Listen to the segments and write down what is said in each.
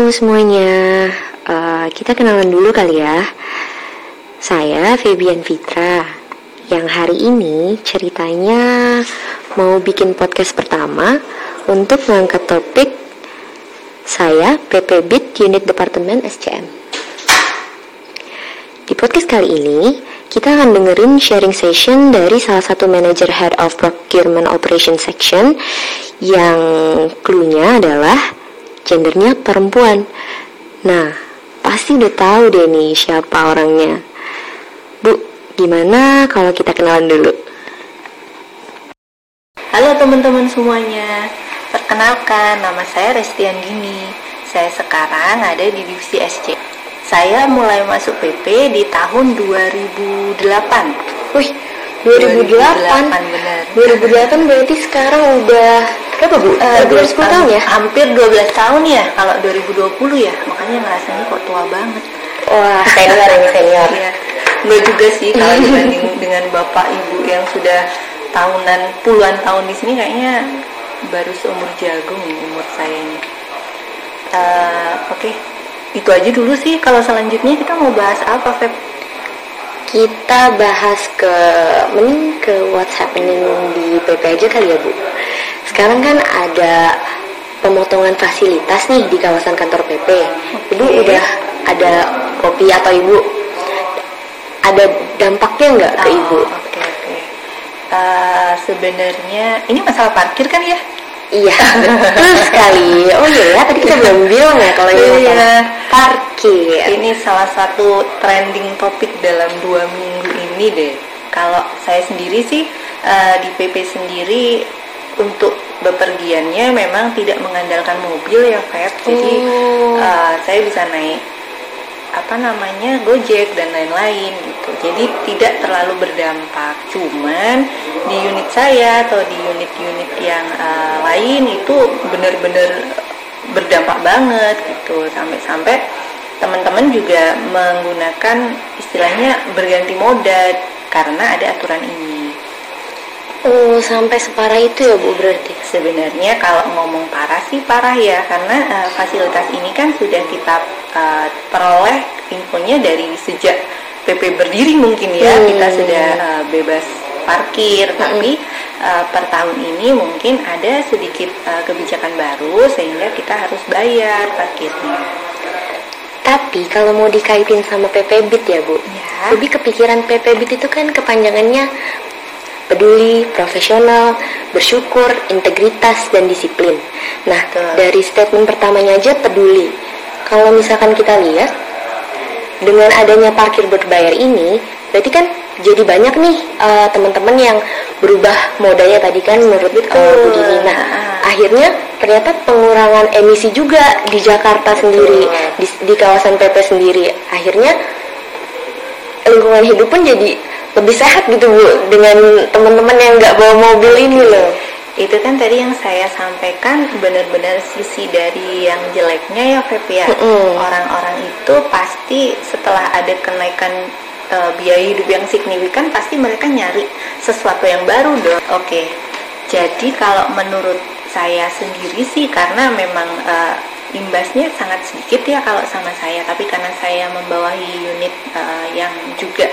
Halo semuanya, kita kenalan dulu kali ya. Saya Febian Fitra, yang hari ini ceritanya mau bikin podcast pertama untuk mengangkat topik saya PP Bit Unit Departemen SCM. Di podcast kali ini, kita akan dengerin sharing session dari salah satu manager Head of Procurement Operation Section yang clue-nya adalah gendernya perempuan. Nah, pasti udah tahu deh nih siapa orangnya. Bu, gimana kalau kita kenalan dulu? Halo teman-teman semuanya, perkenalkan nama saya Restian Dini. Saya sekarang ada di divisi SC. Saya mulai masuk PP di tahun 2008. Wih, 2008 benar. 2008 berarti sekarang udah berapa Bu? Lebih dari 10 tahun ya? Hampir 12 tahun ya, kalau 2020 ya. Makanya ngerasanya kok tua banget. Wah, senior ini senior. Iya. Enggak juga sih kalau dibanding dengan bapak ibu yang sudah puluhan tahun di sini, kayaknya baru seumur jagung umur saya ini. Oke. Itu aja dulu sih. Kalau selanjutnya kita mau bahas apa, Feb? Kita bahas mending ke what's happening di PP aja kali ya Bu. Sekarang kan ada pemotongan fasilitas nih di kawasan kantor PP. Ibu udah ada kopi atau Ibu ada dampaknya nggak ke Ibu? Oke. Sebenarnya ini masalah parkir kan ya? Iya, betul sekali. Oh iya, tadi kita belum bilang ya kalau ini masalah parkir. Ini salah satu trending topik dalam 2 minggu ini deh. Kalau saya sendiri sih di PP sendiri untuk bepergiannya memang tidak mengandalkan mobil ya, Feb. Jadi saya bisa naik Gojek dan lain-lain gitu. Jadi tidak terlalu berdampak. Cuman di unit saya atau di unit-unit yang lain itu benar-benar berdampak banget gitu. Sampai-sampai teman-teman juga menggunakan istilahnya berganti moda karena ada aturan ini. Oh, sampai separah itu ya Bu berarti? Sebenarnya kalau ngomong parah sih parah ya, karena fasilitas ini kan sudah kita peroleh infonya dari sejak PP berdiri mungkin ya. Kita sudah bebas parkir, tapi per tahun ini mungkin ada sedikit kebijakan baru sehingga kita harus bayar parkirnya. Tapi kalau mau dikaitin sama PP Bit ya Bu, ya. Lebih kepikiran PP Bit itu kan kepanjangannya peduli, profesional, bersyukur, integritas, dan disiplin. Nah, dari statement pertamanya aja peduli. Kalau misalkan kita lihat, dengan adanya parkir berbayar ini, berarti kan jadi banyak nih teman-teman yang berubah modanya tadi kan menurut Bu Dini. Nah, akhirnya ternyata pengurangan emisi juga di Jakarta sendiri, di kawasan PP sendiri. Akhirnya lingkungan hidup pun jadi lebih sehat gitu Bu, dengan teman-teman yang nggak bawa mobil ini loh. Itu kan tadi yang saya sampaikan benar-benar sisi dari yang jeleknya ya, Feb ya. Orang-orang itu pasti setelah ada kenaikan biaya hidup yang signifikan, pasti mereka nyari sesuatu yang baru dong. Oke. Jadi kalau menurut saya sendiri sih, karena memang imbasnya sangat sedikit ya kalau sama saya, tapi karena saya membawahi unit yang juga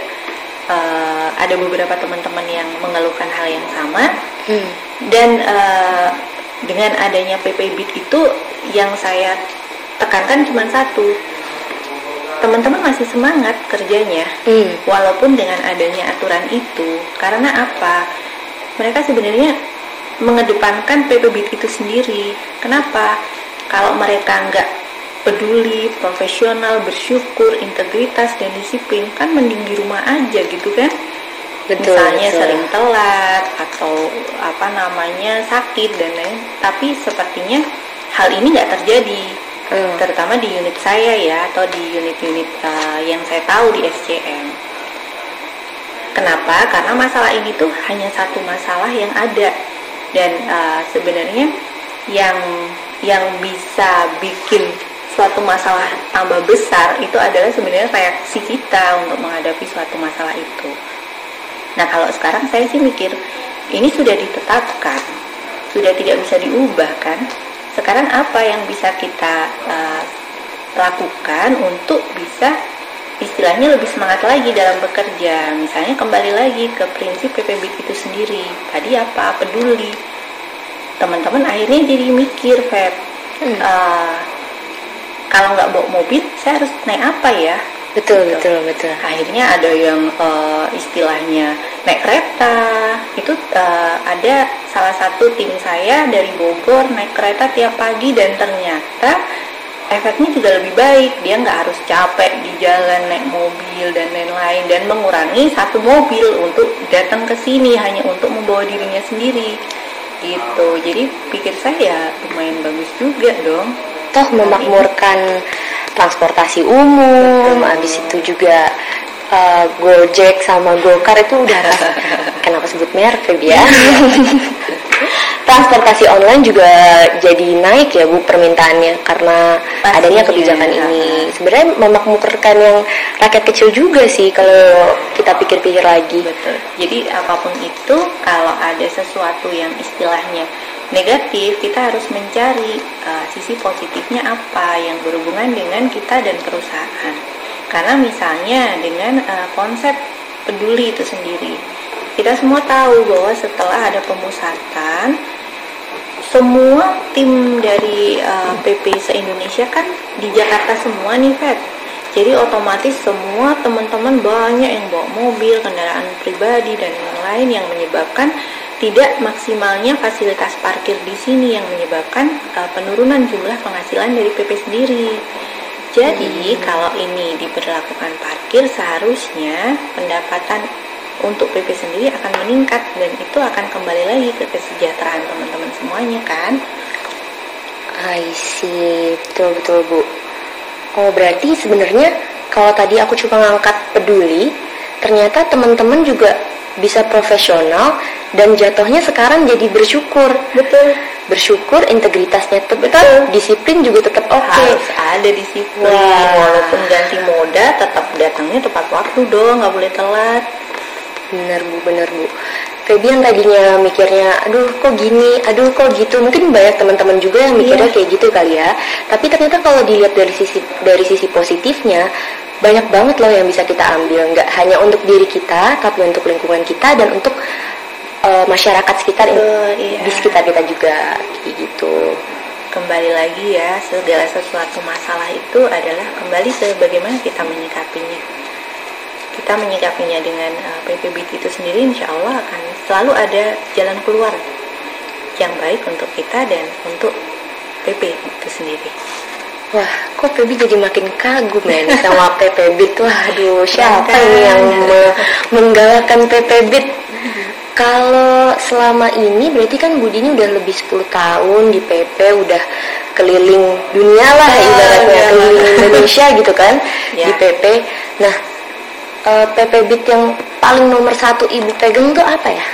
ada beberapa teman-teman yang mengeluhkan hal yang sama, dan dengan adanya PP Bit itu yang saya tekankan cuma satu, teman-teman masih semangat kerjanya walaupun dengan adanya aturan itu. Karena apa? Mereka sebenarnya mengedepankan PP Bit itu sendiri. Kenapa? Kalau mereka nggak peduli, profesional, bersyukur, integritas, dan disiplin, kan mending di rumah aja gitu kan. Misalnya sering telat atau sakit dan lain. Tapi sepertinya hal ini nggak terjadi, terutama di unit saya ya, atau di unit-unit yang saya tahu di SCM. Kenapa? Karena masalah ini tuh hanya satu masalah yang ada, dan sebenarnya yang bisa bikin suatu masalah tambah besar itu adalah sebenarnya reaksi kita untuk menghadapi suatu masalah itu. Nah, kalau sekarang saya sih mikir, ini sudah ditetapkan, sudah tidak bisa diubah kan. Sekarang apa yang bisa kita lakukan untuk bisa istilahnya lebih semangat lagi dalam bekerja. Misalnya kembali lagi ke prinsip PPBIT itu sendiri. Tadi apa? Peduli. Teman-teman akhirnya jadi mikir, Feb, kalau nggak bawa mobil, saya harus naik apa ya? Betul. Akhirnya ada yang istilahnya naik kereta. Itu ada salah satu tim saya dari Bogor naik kereta tiap pagi, dan ternyata efeknya juga lebih baik. Dia nggak harus capek di jalan naik mobil dan lain-lain, dan mengurangi satu mobil untuk datang ke sini hanya untuk membawa dirinya sendiri gitu. Jadi pikir saya lumayan bagus juga dong. Toh memakmurkan transportasi umum, habis itu juga Gojek sama Gokar itu udah kenapa sebut merek ya? Transportasi online juga jadi naik ya Bu permintaannya karena pastinya adanya kebijakan ini. Sebenarnya memakmurkan yang rakyat kecil juga sih kalau kita pikir-pikir lagi. Betul. Jadi apapun itu, kalau ada sesuatu yang istilahnya negatif, kita harus mencari sisi positifnya apa yang berhubungan dengan kita dan perusahaan. Karena misalnya dengan konsep peduli itu sendiri, kita semua tahu bahwa setelah ada pemusatan, semua tim dari PP se-Indonesia kan di Jakarta semua nih, Feb. Jadi otomatis semua teman-teman banyak yang bawa mobil, kendaraan pribadi dan lain-lain, yang menyebabkan tidak maksimalnya fasilitas parkir di sini, yang menyebabkan penurunan jumlah penghasilan dari PP sendiri. Jadi kalau ini diberlakukan parkir, seharusnya pendapatan untuk PP sendiri akan meningkat, dan itu akan kembali lagi ke kesejahteraan teman-teman semuanya kan. I see, betul Bu. Oh berarti sebenarnya kalau tadi aku cuma ngangkat peduli, ternyata teman-teman juga bisa profesional dan jatuhnya sekarang jadi bersyukur. Betul. Bersyukur, integritasnya tetap, disiplin juga tetap oke. Harus ada disiplin. Walaupun ganti moda, tetap datangnya tepat waktu dong, nggak boleh telat. Bener Bu. Feby yang tadinya mikirnya, aduh kok gini, aduh kok gitu, mungkin banyak teman-teman juga yang mikirnya kayak gitu kali ya. Tapi ternyata kalau dilihat dari sisi positifnya, banyak banget loh yang bisa kita ambil. Nggak hanya untuk diri kita, tapi untuk lingkungan kita dan untuk masyarakat sekitar di sekitar kita juga kayak gitu. Kembali lagi ya, segala sesuatu masalah itu adalah kembali ke bagaimana kita menyikapinya. Kita menyikapinya dengan PPBIT itu sendiri, insya Allah akan selalu ada jalan keluar yang baik untuk kita dan untuk PP itu sendiri. Wah, kok Feby jadi makin kagum ya sama PPBIT. Waduh, siapa ini yang menggalakkan PPBIT? Kalau selama ini berarti kan Budi ini udah lebih 10 tahun di PP, udah keliling dunia lah ibaratnya, keliling Indonesia gitu kan di PP. Nah, PPBIT yang paling nomor 1 Ibu pegang tuh apa ya?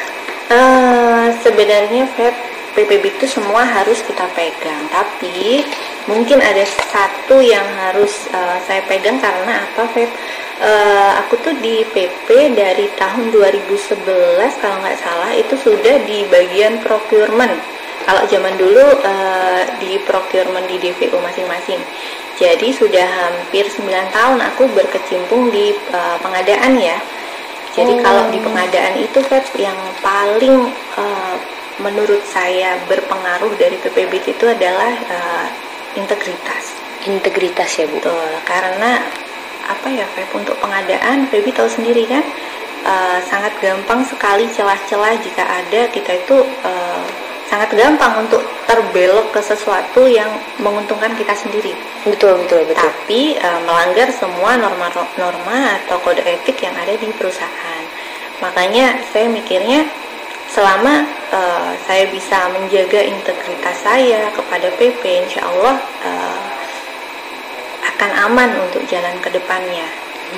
Sebenarnya PPBIT itu semua harus kita pegang, tapi mungkin ada satu yang harus saya pegang karena apa, Feb? Aku tuh di PP dari tahun 2011 kalau nggak salah, itu sudah di bagian procurement. Kalau zaman dulu di procurement di DVO masing-masing. Jadi sudah hampir 9 tahun aku berkecimpung di pengadaan ya. Jadi kalau di pengadaan itu, Feb, yang paling menurut saya berpengaruh dari PPBIT itu adalah integritas. Integritas ya Bu. Betul, karena apa ya, Feb, untuk pengadaan Febi tahu sendiri kan, sangat gampang sekali celah-celah jika ada, kita itu sangat gampang untuk terbelok ke sesuatu yang menguntungkan kita sendiri. Betul. Tapi melanggar semua norma atau kode etik yang ada di perusahaan. Makanya saya mikirnya selama saya bisa menjaga integritas saya kepada PP, insya Allah akan aman untuk jalan ke depannya.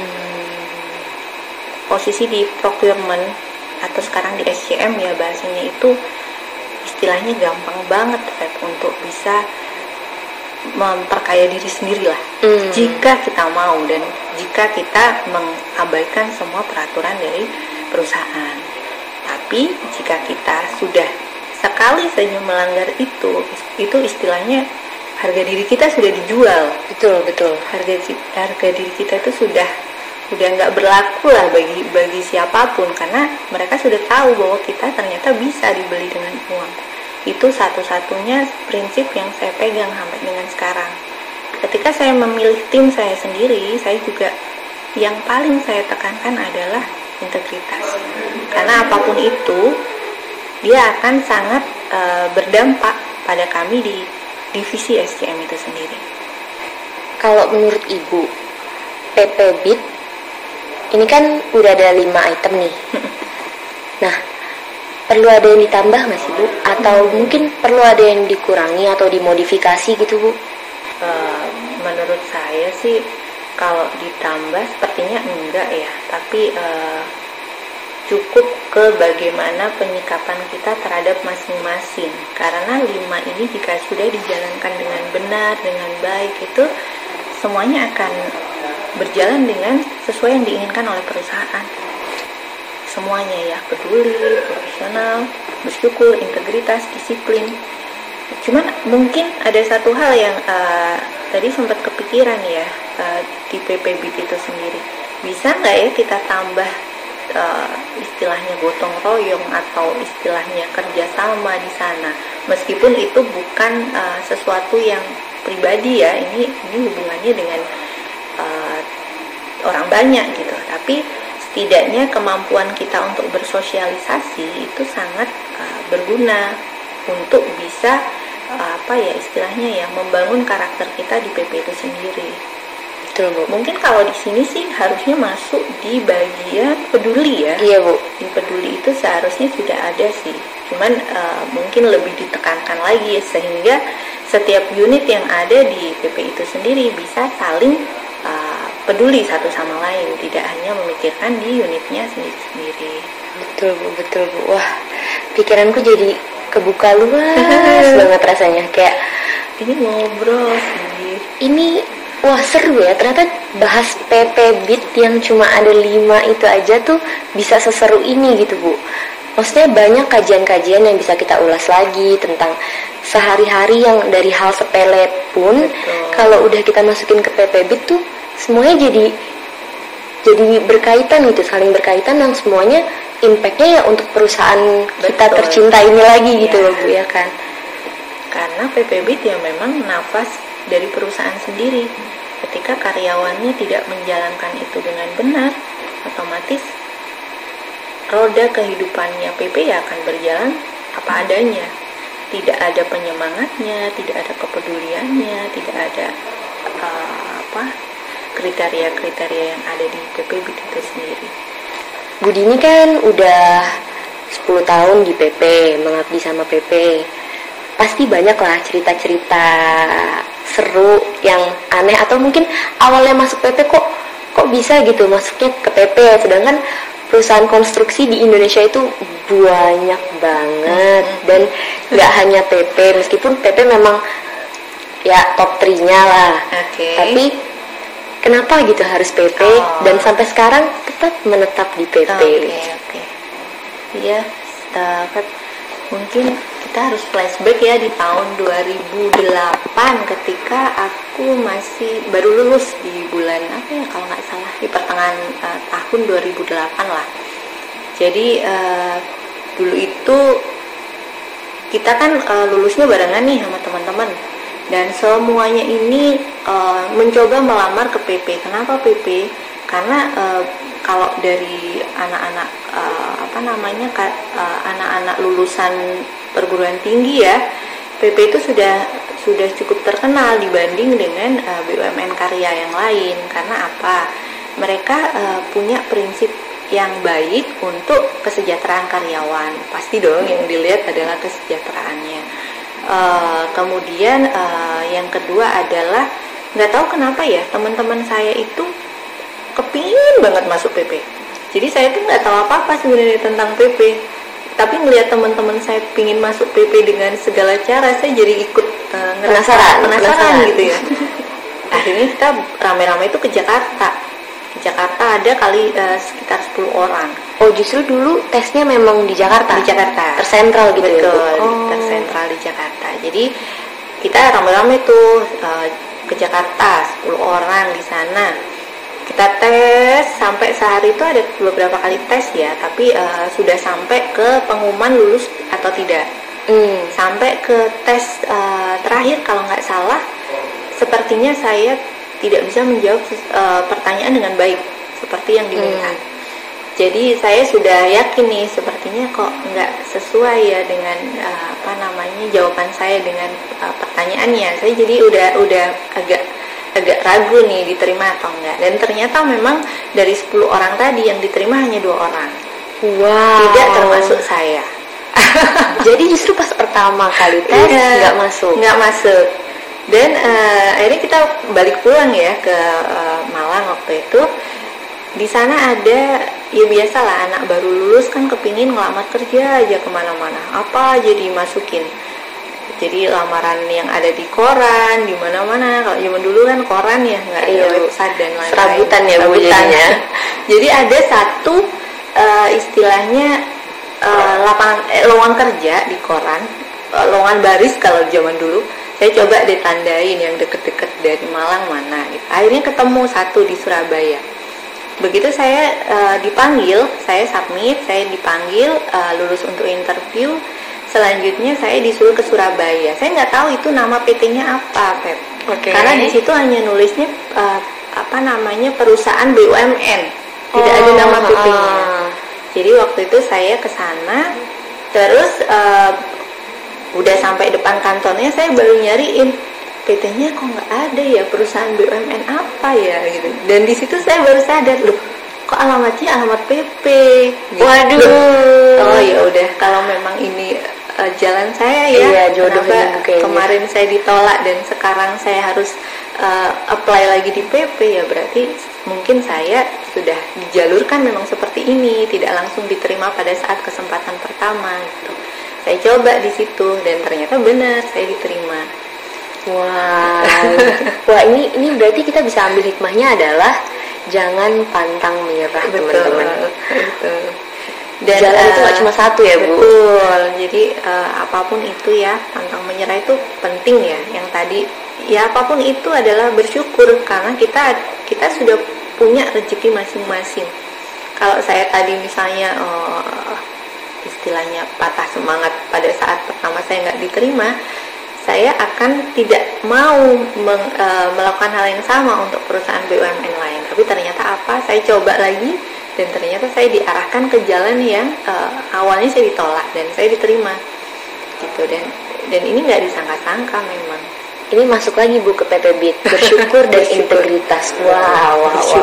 Posisi di procurement atau sekarang di SCM ya bahasanya itu istilahnya gampang banget, Feb, untuk bisa memperkaya diri sendiri lah. Jika kita mau dan jika kita mengabaikan semua peraturan dari perusahaan. Tapi jika kita sudah sekali saja melanggar itu istilahnya harga diri kita sudah dijual. Betul. Harga diri kita itu sudah nggak berlaku lah bagi siapapun, karena mereka sudah tahu bahwa kita ternyata bisa dibeli dengan uang. Itu satu-satunya prinsip yang saya pegang sampai dengan sekarang. Ketika saya memilih tim saya sendiri, saya juga yang paling saya tekankan adalah integritas. Karena apapun itu, dia akan sangat berdampak pada kami di divisi SCM itu sendiri. Kalau menurut Ibu, PP BIT ini kan udah ada 5 item nih. Nah, perlu ada yang ditambah nggak sih Bu? Atau mungkin perlu ada yang dikurangi atau dimodifikasi gitu Bu? Menurut saya sih kalau ditambah sepertinya enggak ya. Tapi cukup ke bagaimana penyikapan kita terhadap masing-masing. Karena 5 ini jika sudah dijalankan dengan benar, dengan baik, itu semuanya akan berjalan dengan sesuai yang diinginkan oleh perusahaan. Semuanya ya, peduli, profesional, bersyukur, integritas, disiplin. Cuman mungkin ada satu hal yang tadi sempat kepikiran ya, di PP BIT itu sendiri. Bisa nggak ya kita tambah istilahnya gotong royong atau istilahnya kerjasama di sana, meskipun itu bukan sesuatu yang pribadi ya, ini hubungannya dengan orang banyak gitu, tapi setidaknya kemampuan kita untuk bersosialisasi itu sangat berguna untuk bisa istilahnya ya, membangun karakter kita di PP itu sendiri. Betul Bu. Mungkin kalau di sini sih harusnya masuk di bagian peduli ya. Iya Bu. Di peduli itu seharusnya sudah ada sih. Cuman mungkin lebih ditekankan lagi sehingga setiap unit yang ada di PP itu sendiri bisa saling peduli satu sama lain, tidak hanya memikirkan di unitnya sendiri-sendiri. Betul Bu. Wah, pikiranku jadi kebuka luas banget rasanya. Kayak ini ngobrol sih. Ini wah seru ya, ternyata bahas PP BIT yang cuma ada 5 itu aja tuh bisa seseru ini gitu Bu. Maksudnya banyak kajian-kajian yang bisa kita ulas lagi tentang sehari-hari yang dari hal sepele pun. Betul. Kalau udah kita masukin ke PP BIT tuh semuanya jadi berkaitan gitu, saling berkaitan, dan semuanya impactnya ya untuk perusahaan kita tercinta ini lagi gitu loh Bu ya kan. Karena PP BIT ya memang nafas dari perusahaan sendiri. Ketika karyawannya tidak menjalankan itu dengan benar, otomatis roda kehidupannya PP ya akan berjalan apa adanya. Tidak ada penyemangatnya, tidak ada kepeduliannya, tidak ada kriteria-kriteria yang ada di PP BIT itu sendiri. Bu Dini kan udah 10 tahun di PP, mengabdi sama PP. Pasti banyak lah cerita-cerita seru yang aneh, atau mungkin awalnya masuk PP kok bisa gitu masuknya ke PP, sedangkan perusahaan konstruksi di Indonesia itu banyak banget. Dan nggak hanya PP, meskipun PP memang ya top 3-nya lah. Tapi kenapa gitu harus PP dan sampai sekarang tetap menetap di PP? Iya, mungkin kita harus flashback ya di tahun 2008 ketika aku masih baru lulus di bulan kalau nggak salah di pertengahan tahun 2008 lah. Jadi dulu itu kita kan lulusnya barengan nih sama teman-teman, dan semuanya ini mencoba melamar ke PP. Kenapa PP? Karena kalau dari anak-anak anak-anak lulusan perguruan tinggi ya, PP itu sudah cukup terkenal dibanding dengan BUMN karya yang lain. Karena apa? Mereka punya prinsip yang baik untuk kesejahteraan karyawan. Pasti dong yang dilihat adalah kesejahteraannya. Kemudian yang kedua adalah, nggak tahu kenapa ya, teman-teman saya itu kepingin banget masuk PP. Jadi saya tuh nggak tahu apa-apa sebenarnya tentang PP, tapi ngelihat teman-teman saya pingin masuk PP dengan segala cara, saya jadi ikut penasaran gitu ya. Akhirnya kita rame-rame itu ke Jakarta. Di Jakarta ada kali sekitar 10 orang. Oh, justru dulu tesnya memang di Jakarta? Di Jakarta. Tersentral gitu. Betul, tersentral di Jakarta. Jadi kita rame-rame tuh ke Jakarta, 10 orang di sana. Kita tes sampai sehari itu ada beberapa kali tes ya, tapi sudah sampai ke pengumuman lulus atau tidak. Sampai ke tes terakhir kalau nggak salah, sepertinya saya tidak bisa menjawab pertanyaan dengan baik seperti yang diminta. Jadi saya sudah yakin nih, sepertinya kok nggak sesuai ya dengan jawaban saya dengan pertanyaannya. Saya jadi udah agak ragu nih diterima atau enggak. Dan ternyata memang dari 10 orang tadi yang diterima hanya 2 orang. Wow. Tidak termasuk saya. Jadi justru pas pertama kali tes nggak masuk. Dan akhirnya kita balik pulang ya ke Malang waktu itu. Di sana ada, ya biasalah anak baru lulus kan kepingin ngelamar kerja aja kemana-mana, apa aja dimasukin. Jadi lamaran yang ada di koran, di mana-mana. Kalau zaman dulu kan koran ya, nggak ada website dan lain-lain. Serabutan ya Bu jadinya. Jadi ada satu istilahnya lowongan kerja di koran, lowongan baris kalau zaman dulu. Saya coba ditandain yang deket-deket dari Malang mana gitu. Akhirnya ketemu satu di Surabaya. Begitu saya dipanggil, saya submit, saya dipanggil, lulus untuk interview. Selanjutnya saya disuruh ke Surabaya. Saya nggak tahu itu nama PT-nya apa, Pep. Karena di situ hanya nulisnya perusahaan BUMN, tidak ada nama PT-nya. Jadi waktu itu saya ke sana, terus udah sampai depan kantornya, saya baru nyariin PT-nya kok nggak ada ya, perusahaan BUMN apa ya gitu. Dan di situ saya baru sadar, loh kok alamatnya alamat PP gitu. Waduh. Oh ya udah, kalau memang ini jalan saya ya, iya, jodoh kemarin saya ditolak dan sekarang saya harus apply lagi di PP, ya berarti mungkin saya sudah dijalurkan memang seperti ini, tidak langsung diterima pada saat kesempatan pertama gitu. Saya coba di situ dan ternyata benar saya diterima. Wah, ini berarti kita bisa ambil hikmahnya adalah jangan pantang menyerah, teman-teman. Betul. Dan jalan itu nggak cuma satu ya, Bu. Betul. Jadi apapun itu ya, pantang menyerah itu penting ya. Yang tadi ya apapun itu adalah bersyukur karena kita sudah punya rezeki masing-masing. Kalau saya tadi misalnya istilahnya patah semangat pada saat pertama saya nggak diterima, saya akan tidak mau melakukan hal yang sama untuk perusahaan BUMN lain. Tapi ternyata saya coba lagi dan ternyata saya diarahkan ke jalan yang awalnya saya ditolak dan saya diterima gitu. Dan ini nggak disangka-sangka memang. Ini masuk lagi Bu ke PP BIT, bersyukur dan integritas. Wow.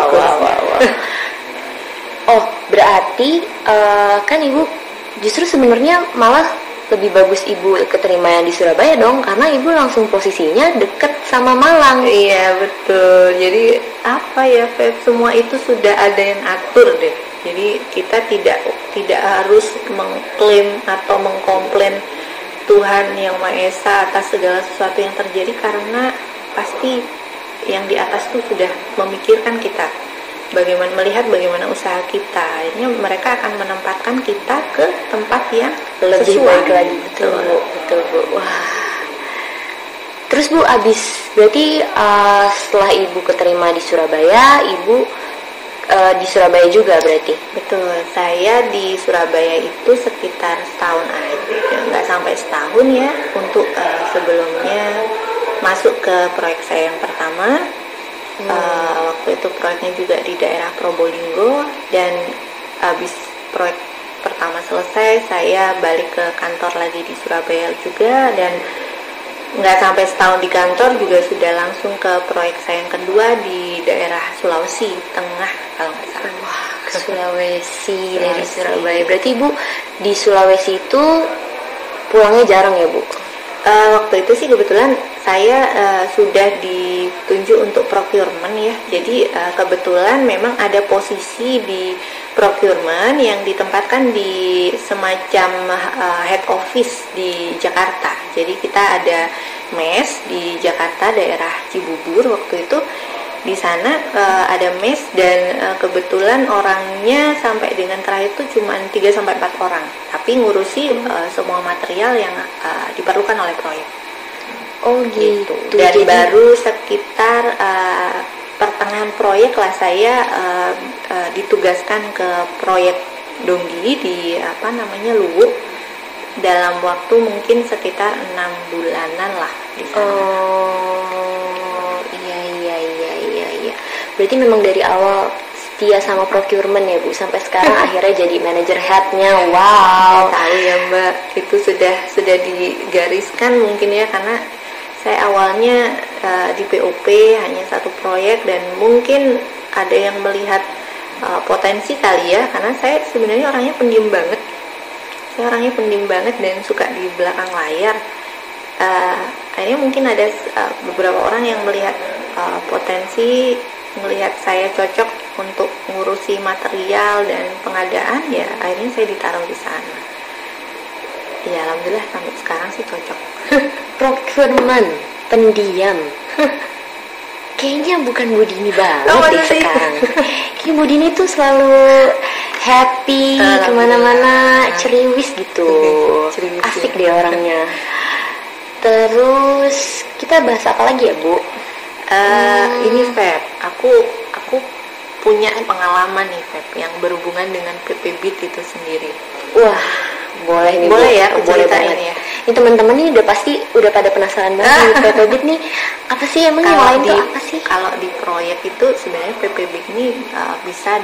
Oh, berarti kan Ibu justru sebenarnya malah lebih bagus Ibu keterima yang di Surabaya dong, karena Ibu langsung posisinya deket sama Malang. Iya betul. Jadi Feb, semua itu sudah ada yang atur deh. Jadi kita tidak harus mengklaim atau mengkomplain Tuhan yang Maha Esa atas segala sesuatu yang terjadi, karena pasti yang di atas itu sudah memikirkan kita. Melihat bagaimana usaha kita, akhirnya mereka akan menempatkan kita ke tempat yang lebih sesuai. baik lagi. Betul Bu. Wah. Terus Bu, berarti setelah Ibu keterima di Surabaya, Ibu di Surabaya juga berarti? Betul, saya di Surabaya itu sekitar setahun aja, nggak sampai setahun ya, untuk sebelumnya masuk ke proyek saya yang pertama. Waktu itu proyeknya juga di daerah Probolinggo, dan habis proyek pertama selesai saya balik ke kantor lagi di Surabaya juga, dan nggak sampai setahun di kantor juga sudah langsung ke proyek saya yang kedua di daerah Sulawesi Tengah kalau nggak salah. Wah, Sulawesi dari Surabaya. Berarti Ibu di Sulawesi itu pulangnya jarang ya Bu? Waktu itu sih kebetulan saya sudah ditunjuk untuk procurement ya. Jadi kebetulan memang ada posisi di procurement yang ditempatkan di semacam head office di Jakarta. Jadi kita ada mes di Jakarta daerah Cibubur waktu itu. Di sana ada mes dan kebetulan orangnya sampai dengan terakhir itu cuma 3-4 orang, tapi ngurusi semua material yang diperlukan oleh proyek. Oh gitu. Dan jadi, baru sekitar pertengahan proyek lah saya ditugaskan ke proyek Donggi di Luwuk dalam waktu mungkin sekitar 6 bulanan lah di sana. Oh iya. Berarti memang dari awal setia sama procurement ya Bu, sampai sekarang akhirnya jadi manager headnya. Wow. Tahu ya Mbak, itu sudah digariskan mungkin ya, karena saya awalnya di POP hanya satu proyek dan mungkin ada yang melihat potensi kali ya, karena saya sebenarnya orangnya pendiam banget. Saya orangnya pendiam banget dan suka di belakang layar. Akhirnya mungkin ada beberapa orang yang melihat potensi, melihat saya cocok untuk ngurusi material dan pengadaan, ya akhirnya saya ditaruh di sana. Ya alhamdulillah sampai sekarang sih cocok. Procurement, pendiam. Kayaknya bukan Bu Dini banget deh sekarang. Kayaknya Bu Dini tuh selalu happy, kemana-mana, ceriwis gitu. Asik deh orangnya. Terus kita bahas apa lagi ya Bu? Ini Feb, aku punya pengalaman nih Feb yang berhubungan dengan PPBIT itu sendiri. Wah, boleh nih. Boleh ya, boleh banget ya. Ini teman-teman nih udah pada penasaran banget nih PPBIT nih apa sih emang yang lain tuh apa sih? Kalau di proyek itu sebenarnya PPBIT ini bisa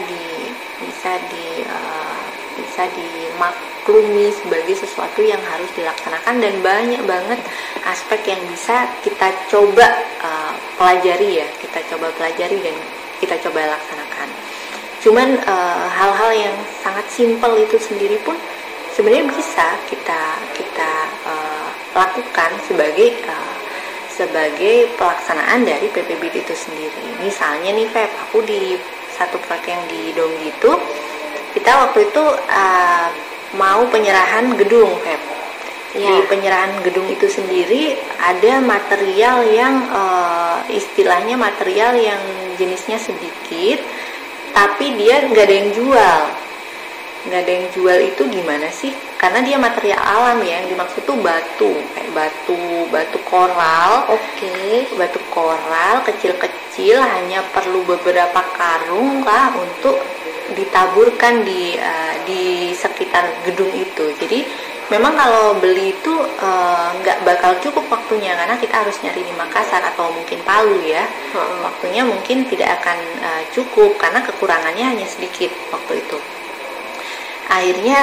dimaklumi sebagai sesuatu yang harus dilaksanakan, dan banyak banget aspek yang bisa kita coba pelajari dan kita coba laksanakan. Cuman hal-hal yang sangat simpel itu sendiri pun sebenarnya bisa kita lakukan sebagai pelaksanaan dari PPBIT itu sendiri. Misalnya nih Feb, aku di satu proyek yang di Donggi itu, kita waktu itu mau penyerahan gedung Feb. Ya. Di penyerahan gedung itu sendiri ada material yang istilahnya material yang jenisnya sedikit, tapi dia nggak ada yang jual. Nggak ada yang jual itu gimana sih? Karena dia material alam ya, yang dimaksud tuh batu, kayak batu koral. Oke. Batu koral kecil-kecil, hanya perlu beberapa karung lah untuk ditaburkan di sekitar gedung itu. Jadi memang kalau beli itu nggak bakal cukup waktunya, karena kita harus nyari di Makassar atau mungkin Palu ya. Waktunya mungkin tidak akan cukup karena kekurangannya hanya sedikit waktu itu. Akhirnya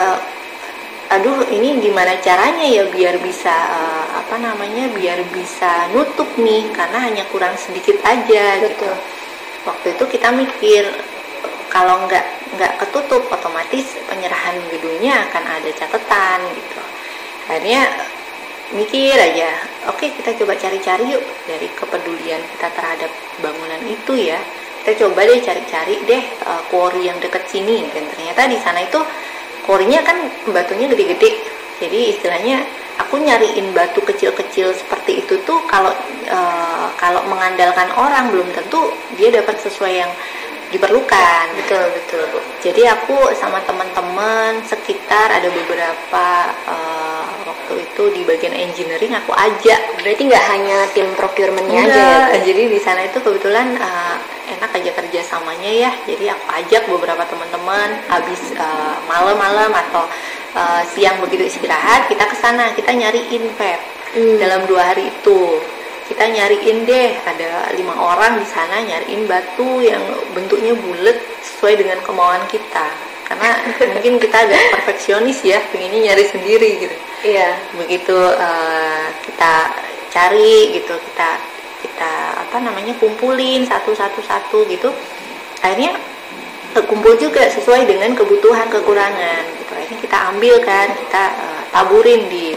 ini gimana caranya ya biar bisa biar bisa nutup nih, karena hanya kurang sedikit aja. Betul. Gitu. Waktu itu kita mikir, kalau nggak ketutup otomatis penyerahan gedungnya akan ada catatan gitu. Akhirnya mikir aja, oke, kita coba cari-cari yuk dari kepedulian kita terhadap bangunan itu ya. Kita coba deh cari-cari deh quarry yang dekat sini, dan ternyata di sana itu quarry-nya kan batunya gede-gede. Jadi istilahnya aku nyariin batu kecil-kecil seperti itu tuh kalau mengandalkan orang belum tentu dia dapat sesuai yang diperlukan. Betul. Jadi aku sama teman-teman sekitar ada beberapa waktu itu di bagian engineering aku ajak. Berarti nggak hanya tim procurement-nya aja ya? Jadi di sana itu kebetulan enak aja kerjasamanya ya. Jadi aku ajak beberapa teman-teman, habis malam-malam atau siang begitu istirahat, kita ke sana, kita nyariin Pep. Dalam 2 hari itu kita nyariin deh, ada 5 orang di sana nyariin batu yang bentuknya bulat sesuai dengan kemauan kita. Karena mungkin kita agak perfeksionis ya, pengennya nyari sendiri gitu. Iya. Begitu kita cari gitu, kita kumpulin satu gitu. Akhirnya terkumpul juga sesuai dengan kebutuhan kekurangan gitu. Akhirnya kita ambil kan, kita taburin di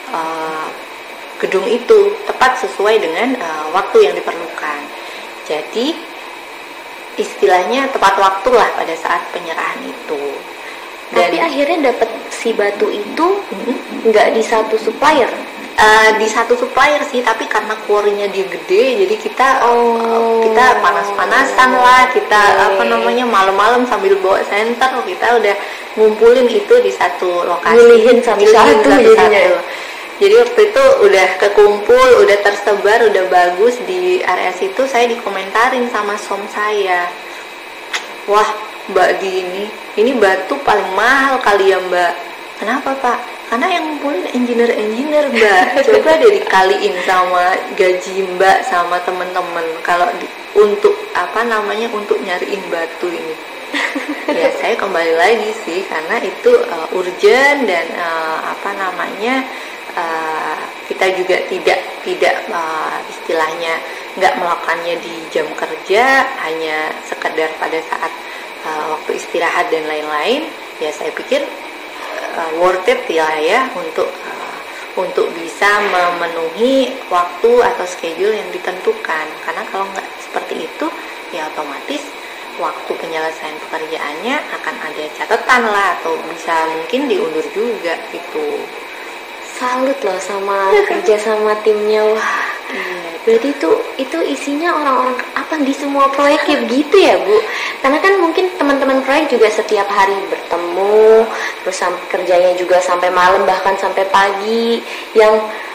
gedung itu tepat sesuai dengan waktu yang diperlukan. Jadi istilahnya tepat waktu lah pada saat penyerahan itu. Dan tapi akhirnya dapat si batu itu nggak di satu supplier. Di satu supplier sih, tapi karena quarry-nya dia gede, jadi kita panas-panasan lah, kita malam-malam sambil bawa senter, kita udah ngumpulin itu di satu lokasi. Milihin satu-satu jadinya. Jadi waktu itu udah kekumpul, udah tersebar, udah bagus di area situ, saya dikomentarin sama som saya. Wah, Mbak Di ini batu paling mahal kali ya Mbak. Kenapa Pak? Karena yang ngumpulin engineer Mbak. Coba deh dikaliin sama gaji Mbak sama temen-temen kalau untuk untuk nyariin batu ini. Ya saya kembali lagi sih karena itu urgent dan kita juga tidak istilahnya nggak melakukannya di jam kerja, hanya sekedar pada saat waktu istirahat dan lain-lain. Ya saya pikir worth it ya untuk bisa memenuhi waktu atau schedule yang ditentukan. Karena kalau nggak seperti itu ya otomatis waktu penyelesaian pekerjaannya akan ada catatan lah, atau bisa mungkin diundur juga gitu. Salut loh sama kerja sama timnya. Wah, berarti itu isinya orang-orang apa di semua proyek kayak begitu ya Bu? Karena kan mungkin teman-teman proyek juga setiap hari bertemu, terus kerjanya juga sampai malam bahkan sampai pagi, yang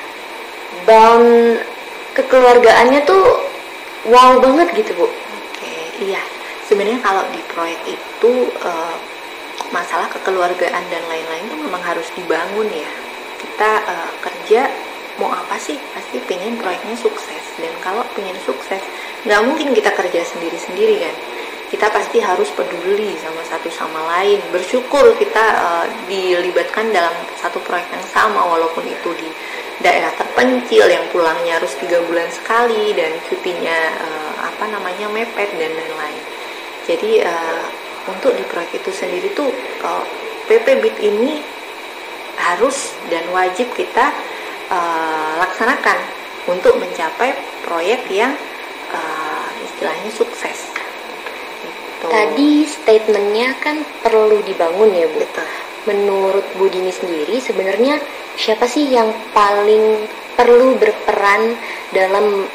bound kekeluargaannya tuh wow banget gitu Bu. Oke, iya. Sebenarnya kalau di proyek itu masalah kekeluargaan dan lain-lain itu memang harus dibangun ya. Kita kerja mau apa sih, pasti pengen proyeknya sukses. Dan kalau pengen sukses nggak mungkin kita kerja sendiri-sendiri kan. Kita pasti harus peduli sama satu sama lain, bersyukur kita dilibatkan dalam satu proyek yang sama, walaupun itu di daerah terpencil yang pulangnya harus 3 bulan sekali dan cutinya mepet dan lain-lain. Jadi untuk di proyek itu sendiri tuh PP BIT ini harus dan wajib kita laksanakan untuk mencapai proyek yang istilahnya sukses. Gitu. Tadi statementnya kan perlu dibangun ya Bu. Betul. Menurut Bu Dini sendiri sebenarnya siapa sih yang paling perlu berperan dalam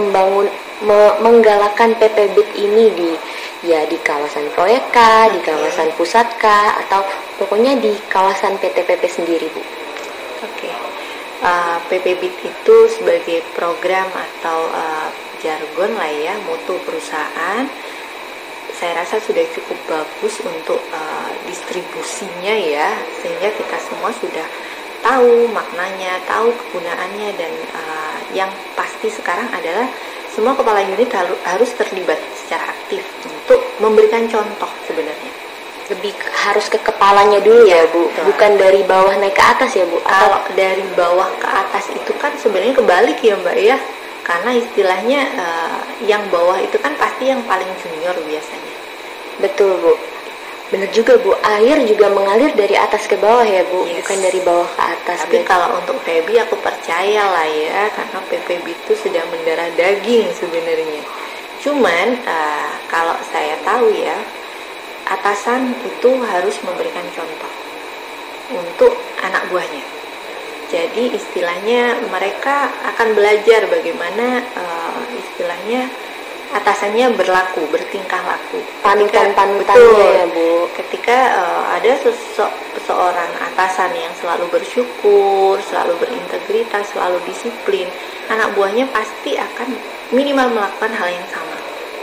menggalakkan PP BIT ini di kawasan proyek kah, di kawasan pusat kah, atau pokoknya di kawasan PTPP sendiri Bu? Oke. PP BIT itu sebagai program atau jargon lah ya, mutu perusahaan. Saya rasa sudah cukup bagus untuk distribusinya ya, sehingga kita semua sudah tahu maknanya, tahu kegunaannya, dan yang pasti sekarang adalah semua kepala unit harus terlibat secara aktif untuk memberikan contoh sebenarnya. Lebih harus ke kepalanya dulu ya Bu, betul. Bukan dari bawah naik ke atas ya Bu? Kalau dari bawah ke atas itu kan sebenarnya kebalik ya Mbak ya, karena istilahnya yang bawah itu kan pasti yang paling junior biasanya. Betul Bu, benar juga Bu, air juga mengalir dari atas ke bawah ya Bu, yes. Bukan dari bawah ke atas. Tapi kalau untuk Febi aku percaya lah ya, karena PPB itu sudah mendarah daging sebenarnya. Cuman kalau saya tahu ya, atasan itu harus memberikan contoh untuk anak buahnya. Jadi istilahnya mereka akan belajar bagaimana istilahnya atasannya berlaku, bertingkah laku. Panutan-panutannya ya Bu. Ketika ada seorang atasan yang selalu bersyukur, selalu berintegritas, selalu disiplin, anak buahnya pasti akan minimal melakukan hal yang sama.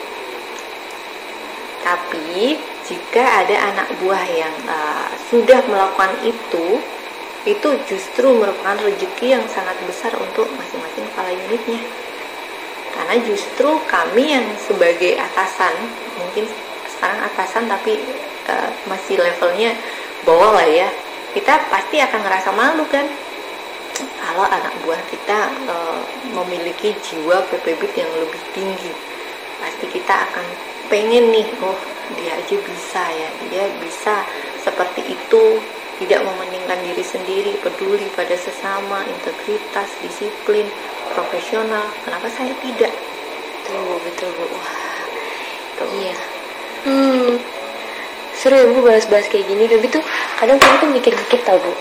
Tapi jika ada anak buah yang sudah melakukan itu justru merupakan rezeki yang sangat besar untuk masing-masing kepala unitnya. Karena justru kami yang sebagai atasan, mungkin sekarang atasan tapi masih levelnya bawah lah ya, kita pasti akan ngerasa malu kan kalau anak buah kita memiliki jiwa PP BIT yang lebih tinggi. Pasti kita akan pengen nih, oh dia aja bisa ya, dia bisa seperti itu, tidak mementingkan diri sendiri, peduli pada sesama, integritas, disiplin, profesional. Kenapa saya tidak? Betul Bu. Wah, iya. Seru ya Bu bahas-bahas kayak gini. Tapi tuh kadang kita tuh mikir-mikir tau Bu.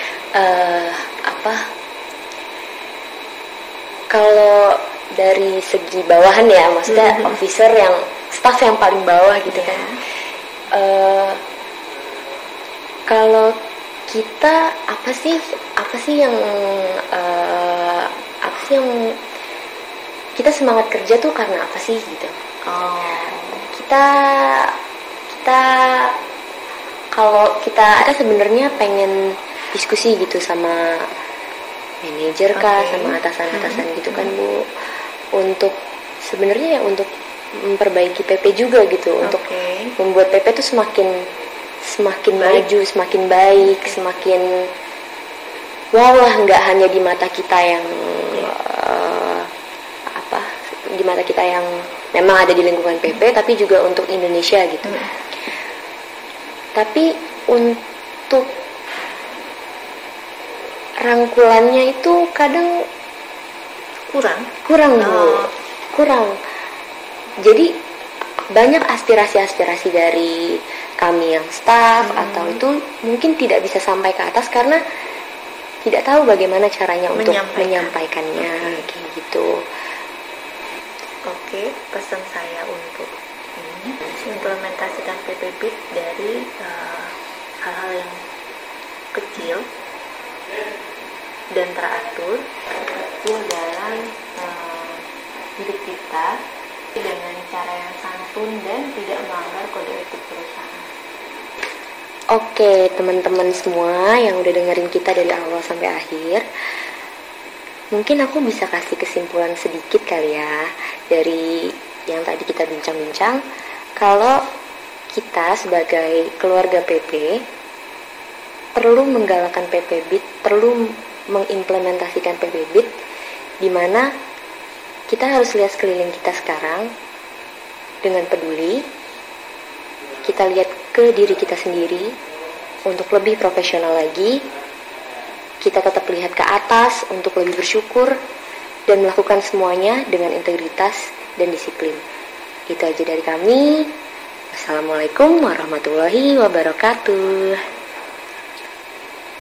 Kalau dari segi bawahan ya, maksudnya officer yang staff yang paling bawah gitu kan. Kalau kita apa sih yang kita semangat kerja tuh karena apa sih gitu. Kita kalau kita sebenarnya pengen diskusi gitu sama manajer kah, sama atasan gitu kan Bu, untuk sebenarnya ya untuk memperbaiki PP juga gitu, untuk membuat PP tuh semakin maju, semakin baik, semakin wow lah, nggak hanya di mata kita yang di mata kita yang memang ada di lingkungan PP, tapi juga untuk Indonesia gitu. Tapi untuk rangkulannya itu kadang kurang Bu, kurang. Jadi banyak aspirasi dari kami yang staff atau itu mungkin tidak bisa sampai ke atas karena tidak tahu bagaimana caranya untuk menyampaikannya kayak gitu. Oke, pesan saya untuk ini implementasikan PPBIT dari hal-hal yang kecil dan teratur, kecil dalam hidup kita dengan cara yang santun dan tidak melanggar kode etik perusahaan. Oke, teman-teman semua yang udah dengerin kita dari awal sampai akhir, mungkin aku bisa kasih kesimpulan sedikit kali ya dari yang tadi kita bincang-bincang. Kalau kita sebagai keluarga PP perlu menggalakkan PPBIT, perlu mengimplementasikan PPBIT, di mana kita harus lihat sekeliling kita sekarang dengan peduli. Kita lihat ke diri kita sendiri untuk lebih profesional lagi. Kita tetap lihat ke atas untuk lebih bersyukur dan melakukan semuanya dengan integritas dan disiplin. Itu aja dari kami. Wassalamualaikum warahmatullahi wabarakatuh.